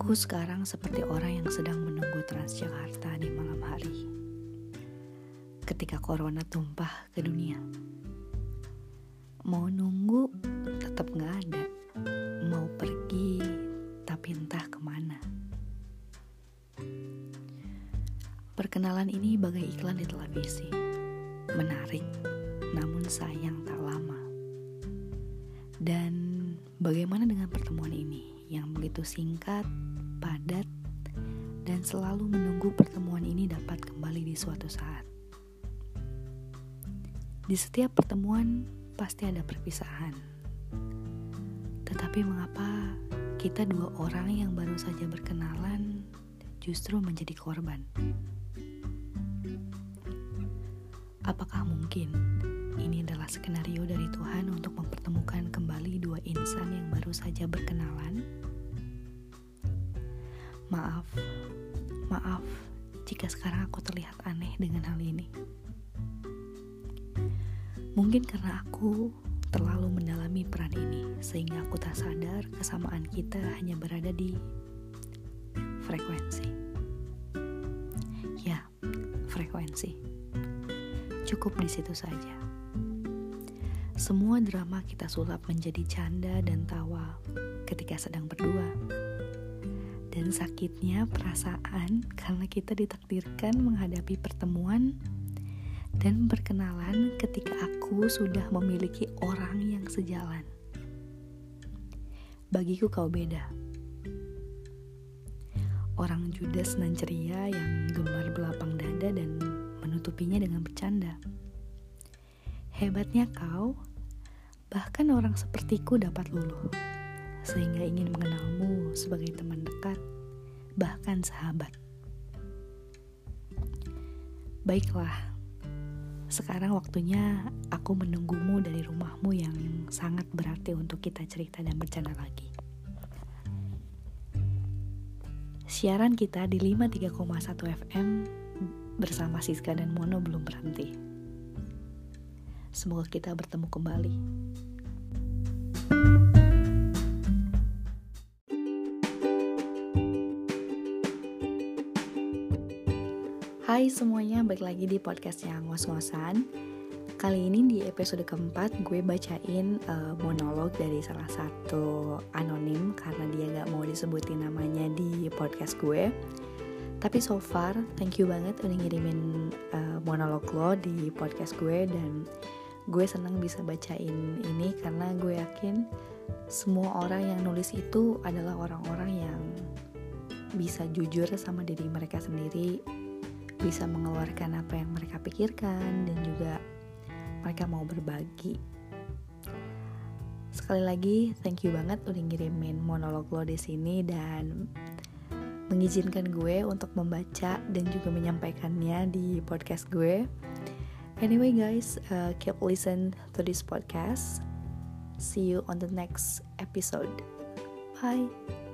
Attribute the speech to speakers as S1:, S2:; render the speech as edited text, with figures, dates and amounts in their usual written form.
S1: Aku sekarang seperti orang yang sedang menunggu Transjakarta di malam hari. Ketika corona tumpah ke dunia. Mau nunggu tetap gak ada. Mau pergi tapi entah kemana. Perkenalan ini bagai iklan di televisi. Menarik, namun sayang tak lama. Dan bagaimana dengan pertemuan ini yang begitu singkat, padat, dan selalu menunggu pertemuan ini dapat kembali di suatu saat. Di setiap pertemuan pasti ada perpisahan. Tetapi mengapa kita dua orang yang baru saja berkenalan justru menjadi korban? Apakah mungkin ini adalah skenario dari Tuhan untuk mempertemukan kembali dua insan yang baru saja berkenalan? Maaf jika sekarang aku terlihat aneh dengan hal ini. Mungkin karena aku terlalu mendalami peran ini, sehingga aku tak sadar kesamaan kita hanya berada di frekuensi. Ya, frekuensi. Cukup di situ saja. Semua drama kita sulap menjadi canda dan tawa ketika sedang berdua. Dan sakitnya perasaan karena kita ditakdirkan menghadapi pertemuan dan berkenalan ketika aku sudah memiliki orang yang sejalan. Bagiku kau beda. Orang judes nan ceria yang gemar belapang dada dan menutupinya dengan bercanda. Hebatnya kau, bahkan orang sepertiku dapat luluh, sehingga ingin mengenalmu sebagai teman dekat, bahkan sahabat. Baiklah, sekarang waktunya aku menunggumu dari rumahmu yang sangat berarti untuk kita cerita dan bercanda lagi. Siaran kita di 53,1 FM bersama Siska dan Mono belum berhenti. Semoga kita bertemu kembali. Hai semuanya, balik lagi di podcastnya Ngos-Ngosan. Kali ini di episode keempat gue bacain monolog dari salah satu anonim karena dia gak mau disebutin namanya di podcast gue. Tapi so far, thank you banget udah ngirimin monolog lo di podcast gue. Dan gue senang bisa bacain ini karena gue yakin semua orang yang nulis itu adalah orang-orang yang bisa jujur sama diri mereka sendiri, bisa mengeluarkan apa yang mereka pikirkan, dan juga mereka mau berbagi. Sekali lagi, thank you banget udah ngirimin monolog lo di sini dan mengizinkan gue untuk membaca dan juga menyampaikannya di podcast gue. Anyway guys, keep listen to this podcast. See you on the next episode. Bye.